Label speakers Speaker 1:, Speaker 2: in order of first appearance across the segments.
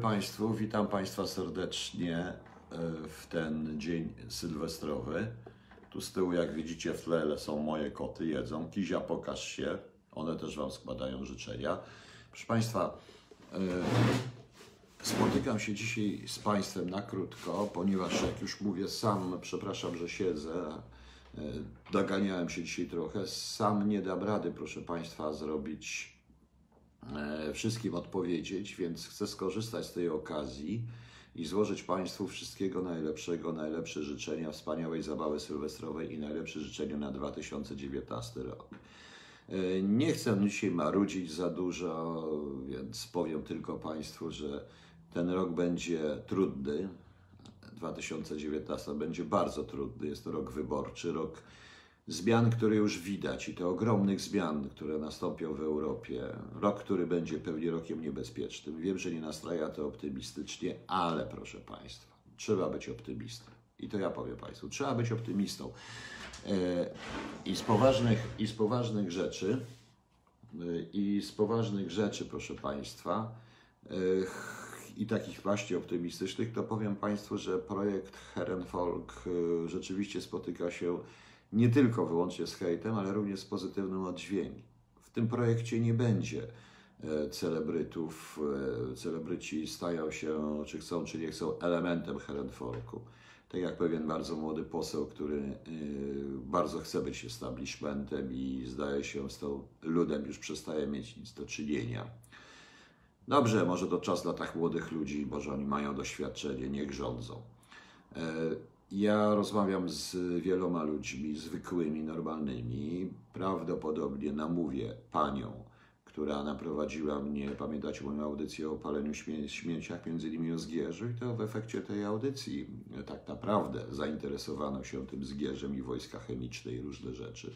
Speaker 1: Państwu, witam Państwa serdecznie w ten dzień sylwestrowy. Tu z tyłu, jak widzicie, w tle są moje koty, jedzą. Kizia, pokaż się, one też Wam składają życzenia. Proszę Państwa, spotykam się dzisiaj z Państwem na krótko, ponieważ jak już mówię sam, przepraszam, że siedzę, doganiałem się dzisiaj trochę, sam nie dam rady, proszę Państwa, zrobić wszystkim odpowiedzieć, więc chcę skorzystać z tej okazji i złożyć Państwu wszystkiego najlepszego, najlepsze życzenia, wspaniałej zabawy sylwestrowej i najlepsze życzenia na 2019 rok. Nie chcę dzisiaj marudzić za dużo, więc powiem tylko Państwu, że ten rok będzie trudny. 2019 będzie bardzo trudny, jest to rok wyborczy, rok zmian, które już widać i to ogromnych zmian, które nastąpią w Europie. Rok, który będzie pewnie rokiem niebezpiecznym. Wiem, że nie nastraja to optymistycznie, ale proszę Państwa, trzeba być optymistą. I to ja powiem Państwu, trzeba być optymistą. I z poważnych rzeczy, proszę Państwa, i takich właśnie optymistycznych, to powiem Państwu, że projekt Herrenvolk rzeczywiście spotyka się nie tylko wyłącznie z hejtem, ale również z pozytywnym oddźwiękiem. W tym projekcie nie będzie celebrytów. Celebryci stają się, czy chcą, czy nie chcą, elementem Herrenvolku. Tak jak pewien bardzo młody poseł, który bardzo chce być establishmentem i zdaje się z tą ludem już przestaje mieć nic do czynienia. Dobrze, może to czas dla tak młodych ludzi, może oni mają doświadczenie, niech rządzą. Ja rozmawiam z wieloma ludźmi, zwykłymi, normalnymi. Prawdopodobnie namówię panią, która naprowadziła mnie, pamiętacie moją audycję o paleniu śmieciach, między innymi o Zgierzu, i to w efekcie tej audycji tak naprawdę zainteresowano się tym Zgierzem i wojska chemiczne i różne rzeczy.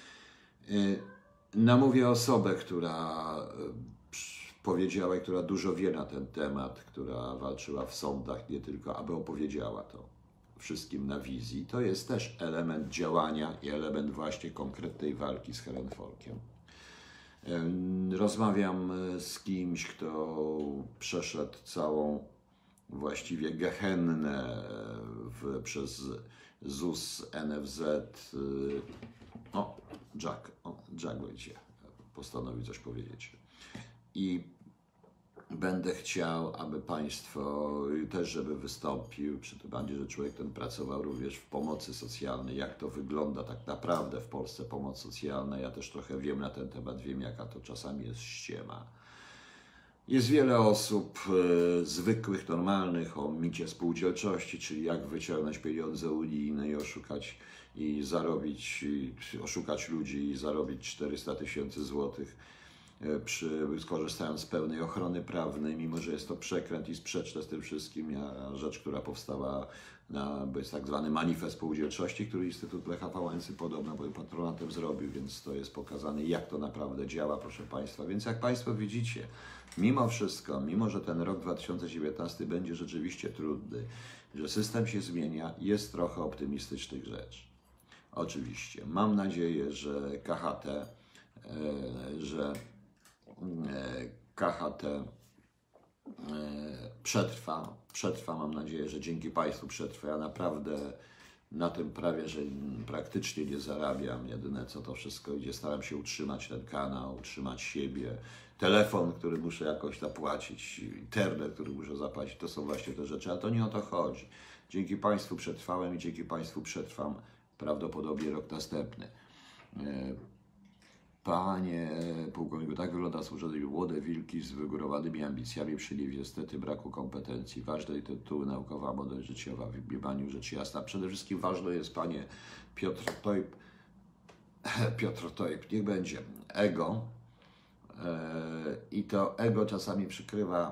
Speaker 1: Namówię osobę, która powiedziała i która dużo wie na ten temat, która walczyła w sądach, nie tylko, aby opowiedziała to wszystkim na wizji. To jest też element działania i element właśnie konkretnej walki z Herrenvolkiem. Rozmawiam z kimś, kto przeszedł całą właściwie gehennę przez ZUS, NFZ. Jack będzie postanowił coś powiedzieć. I będę chciał, aby Państwo też, żeby wystąpił przy tym bandzie, że człowiek ten pracował również w pomocy socjalnej, jak to wygląda tak naprawdę w Polsce pomoc socjalna. Ja też trochę wiem na ten temat, wiem jaka to czasami jest ściema. Jest wiele osób zwykłych, normalnych o micie spółdzielczości, czyli jak wyciągnąć pieniądze unijne i oszukać i zarobić, oszukać ludzi i zarobić 400 000 złotych. Skorzystając z pełnej ochrony prawnej, mimo że jest to przekręt i sprzeczne z tym wszystkim, rzecz, która powstała jest tak zwany manifest spółdzielczości, który Instytut Lecha Wałęsy podobno był patronatem zrobił, więc to jest pokazane, jak to naprawdę działa, proszę Państwa. Więc jak Państwo widzicie, mimo wszystko, mimo że ten rok 2019 będzie rzeczywiście trudny, że system się zmienia, jest trochę optymistycznych rzeczy. Oczywiście, mam nadzieję, że KHT przetrwa, mam nadzieję, że dzięki Państwu przetrwa. Ja naprawdę na tym prawie, że praktycznie nie zarabiam. Jedyne co to wszystko idzie, staram się utrzymać ten kanał, utrzymać siebie. Telefon, który muszę jakoś zapłacić, internet, który muszę zapłacić, to są właśnie te rzeczy, ale to nie o to chodzi. Dzięki Państwu przetrwałem i dzięki Państwu przetrwam prawdopodobnie rok następny. Panie pułkowniku, tak wygląda służenie młode wilki z wygórowanymi ambicjami przy niestety braku kompetencji. Ważne tytuły naukowe, model życiowa, w mniemaniu rzecz jasna. Przede wszystkim ważne jest, panie Piotr Tojp, niech będzie ego. I to ego czasami przykrywa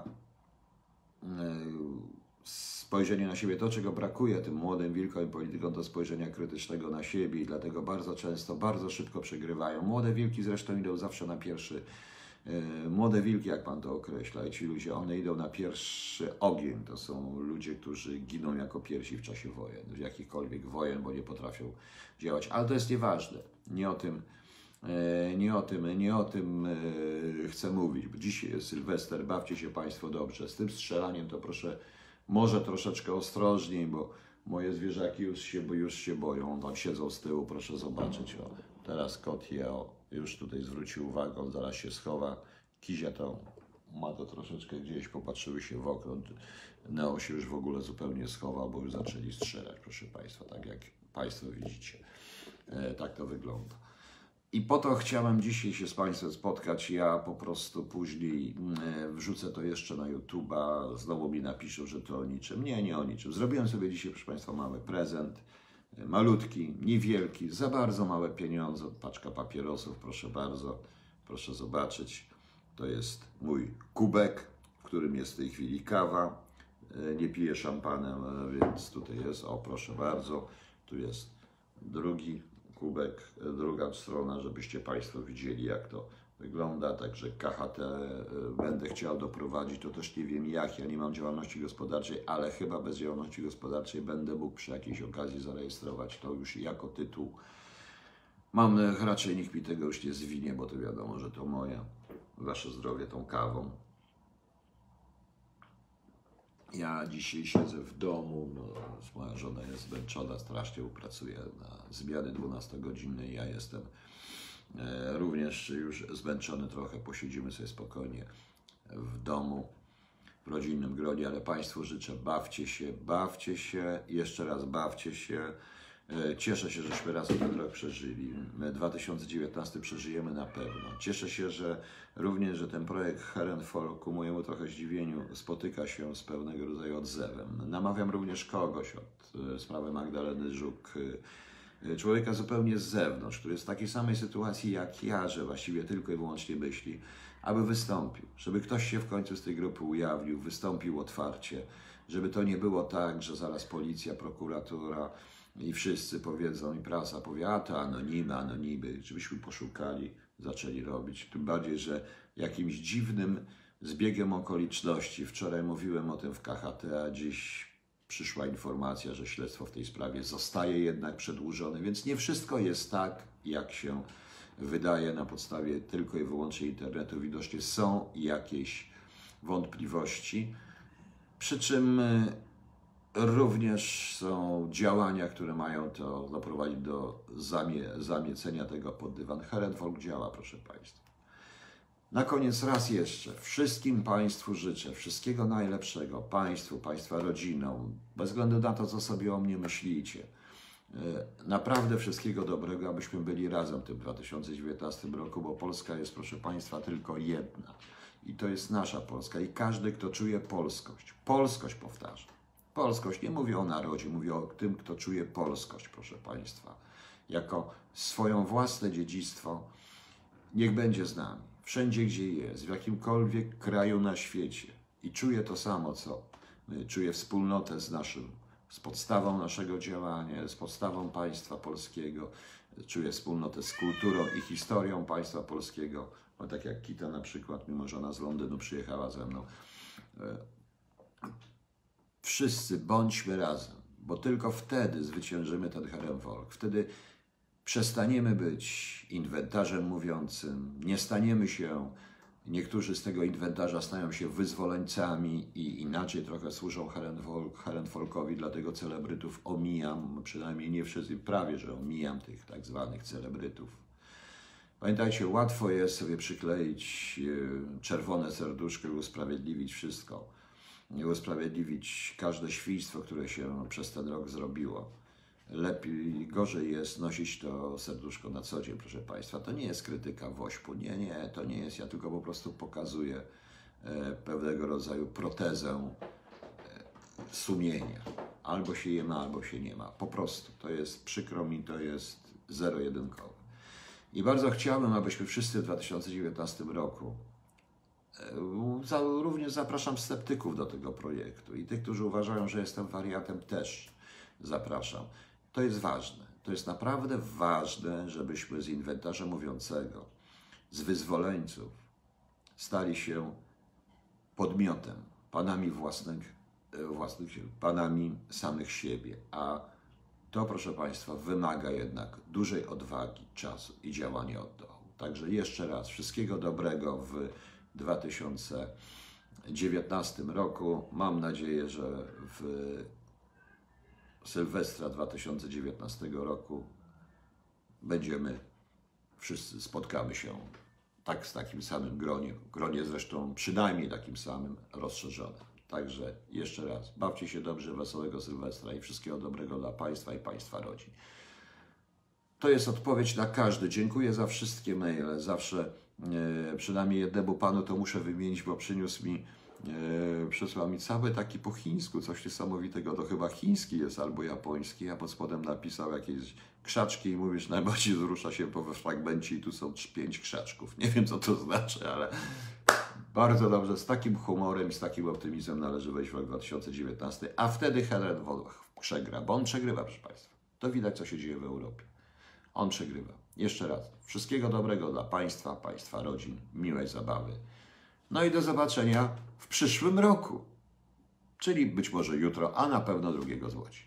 Speaker 1: spojrzenie na siebie. To, czego brakuje tym młodym wilkom i politykom, to spojrzenia krytycznego na siebie i dlatego bardzo często, bardzo szybko przegrywają. Młode wilki zresztą idą zawsze na pierwszy, młode wilki, jak Pan to określa, i ci ludzie, one idą na pierwszy ogień. To są ludzie, którzy giną jako pierwsi w czasie wojen, w jakichkolwiek wojen, bo nie potrafią działać. Ale to jest nieważne. Nie o tym Nie o tym chcę mówić, bo dzisiaj jest Sylwester, bawcie się Państwo dobrze. Z tym strzelaniem to proszę, może troszeczkę ostrożniej, bo moje zwierzaki już się boją. Tam siedzą z tyłu, proszę zobaczyć. O, teraz kot już tutaj zwrócił uwagę, on zaraz się schowa. Kizia to ma to troszeczkę gdzieś, popatrzyły się w okno. Neo się już w ogóle zupełnie schował, bo już zaczęli strzelać, proszę Państwa, tak jak Państwo widzicie. Tak to wygląda. I po to chciałem dzisiaj się z Państwem spotkać. Ja po prostu później wrzucę to jeszcze na YouTube'a. Znowu mi napiszą, że to o niczym. Nie o niczym. Zrobiłem sobie dzisiaj, proszę Państwa, mały prezent. Malutki, niewielki, za bardzo małe pieniądze. Paczka papierosów, proszę bardzo. Proszę zobaczyć. To jest mój kubek, w którym jest w tej chwili kawa. Nie piję szampanem, więc tutaj jest. O, proszę bardzo. Tu jest drugi kubek, druga strona, żebyście Państwo widzieli, jak to wygląda. Także KHT będę chciał doprowadzić, to też nie wiem jak, ja nie mam działalności gospodarczej, ale chyba bez działalności gospodarczej będę mógł przy jakiejś okazji zarejestrować to już jako tytuł. Mam raczej, nikt mi tego już nie zwinie, bo to wiadomo, że to moje. Wasze zdrowie tą kawą. Ja dzisiaj siedzę w domu, moja żona jest zmęczona, strasznie pracuje na zmiany 12-godzinne. Ja jestem również już zmęczony trochę, posiedzimy sobie spokojnie w domu, w rodzinnym gronie, ale Państwu życzę, bawcie się, jeszcze raz bawcie się. Cieszę się, żeśmy razem ten rok przeżyli. My 2019 przeżyjemy na pewno. Cieszę się, że również, że ten projekt Herrenvolk ku mojemu trochę zdziwieniu spotyka się z pewnego rodzaju odzewem. Namawiam również kogoś od sprawy Magdaleny Żuk, człowieka zupełnie z zewnątrz, który jest w takiej samej sytuacji jak ja, że właściwie tylko i wyłącznie myśli, aby wystąpił, żeby ktoś się w końcu z tej grupy ujawnił, wystąpił otwarcie, żeby to nie było tak, że zaraz policja, prokuratura i wszyscy powiedzą, i prasa powie, a to anonimy, żebyśmy poszukali, zaczęli robić. Tym bardziej, że jakimś dziwnym zbiegiem okoliczności, wczoraj mówiłem o tym w KHT, a dziś przyszła informacja, że śledztwo w tej sprawie zostaje jednak przedłużone, więc nie wszystko jest tak, jak się wydaje na podstawie tylko i wyłącznie internetu. Widocznie są jakieś wątpliwości, przy czym również są działania, które mają to doprowadzić do zamiecenia tego pod dywan. Herrenvolk działa, proszę Państwa. Na koniec raz jeszcze wszystkim Państwu życzę wszystkiego najlepszego, Państwu, Państwa rodzinom, bez względu na to, co sobie o mnie myślicie. Naprawdę wszystkiego dobrego, abyśmy byli razem w tym 2019 roku, bo Polska jest, proszę Państwa, tylko jedna. I to jest nasza Polska. I każdy, kto czuje polskość powtarzam. Polskość, nie mówię o narodzie, mówię o tym, kto czuje polskość, proszę Państwa. Jako swoją własne dziedzictwo, niech będzie z nami. Wszędzie, gdzie jest, w jakimkolwiek kraju na świecie. I czuje to samo, co my. Czuje wspólnotę z podstawą naszego działania, z podstawą państwa polskiego. Czuje wspólnotę z kulturą i historią państwa polskiego. Bo tak jak Kita na przykład, mimo że ona z Londynu przyjechała ze mną. Wszyscy bądźmy razem, bo tylko wtedy zwyciężymy ten Herrenvolk. Wtedy przestaniemy być inwentarzem mówiącym, nie staniemy się, niektórzy z tego inwentarza stają się wyzwoleńcami i inaczej trochę służą Herrenvolkowi, dlatego celebrytów omijam, przynajmniej nie wszyscy, prawie że omijam tych tak zwanych celebrytów. Pamiętajcie, łatwo jest sobie przykleić czerwone serduszko i usprawiedliwić wszystko. Usprawiedliwić każde świństwo, które się przez ten rok zrobiło. Gorzej jest nosić to serduszko na co dzień, proszę Państwa. To nie jest krytyka WOŚP-u, nie, to nie jest. Ja tylko po prostu pokazuję pewnego rodzaju protezę sumienia. Albo się je ma, albo się nie ma. Po prostu. To jest, przykro mi, to jest zero-jedynkowe. I bardzo chciałbym, abyśmy wszyscy w 2019 roku, również zapraszam sceptyków do tego projektu i tych, którzy uważają, że jestem wariatem, też zapraszam. To jest ważne. To jest naprawdę ważne, żebyśmy z inwentarza mówiącego, z wyzwoleńców stali się podmiotem, panami panami samych siebie. A to, proszę Państwa, wymaga jednak dużej odwagi, czasu i działania od dołu. Także jeszcze raz wszystkiego dobrego w 2019 roku. Mam nadzieję, że w Sylwestra 2019 roku spotkamy się tak z takim samym gronie zresztą przynajmniej takim samym rozszerzonym. Także jeszcze raz, bawcie się dobrze, wesołego Sylwestra i wszystkiego dobrego dla Państwa i Państwa rodzin. To jest odpowiedź na każdy. Dziękuję za wszystkie maile. Zawsze przynajmniej jednemu panu to muszę wymienić, bo przysłał mi cały taki po chińsku, coś niesamowitego. To chyba chiński jest albo japoński, a pod spodem napisał jakieś krzaczki i mówisz, najbardziej wzrusza się po fragmencie i tu są 5 krzaczków. Nie wiem, co to znaczy, ale bardzo dobrze. Z takim humorem i z takim optymizmem należy wejść w rok 2019, a wtedy Herrenvolk przegra, bo on przegrywa, proszę Państwa. To widać, co się dzieje w Europie. On przegrywa. Jeszcze raz, wszystkiego dobrego dla Państwa, Państwa rodzin, miłej zabawy. No i do zobaczenia w przyszłym roku, czyli być może jutro, a na pewno 2 z Łodzi.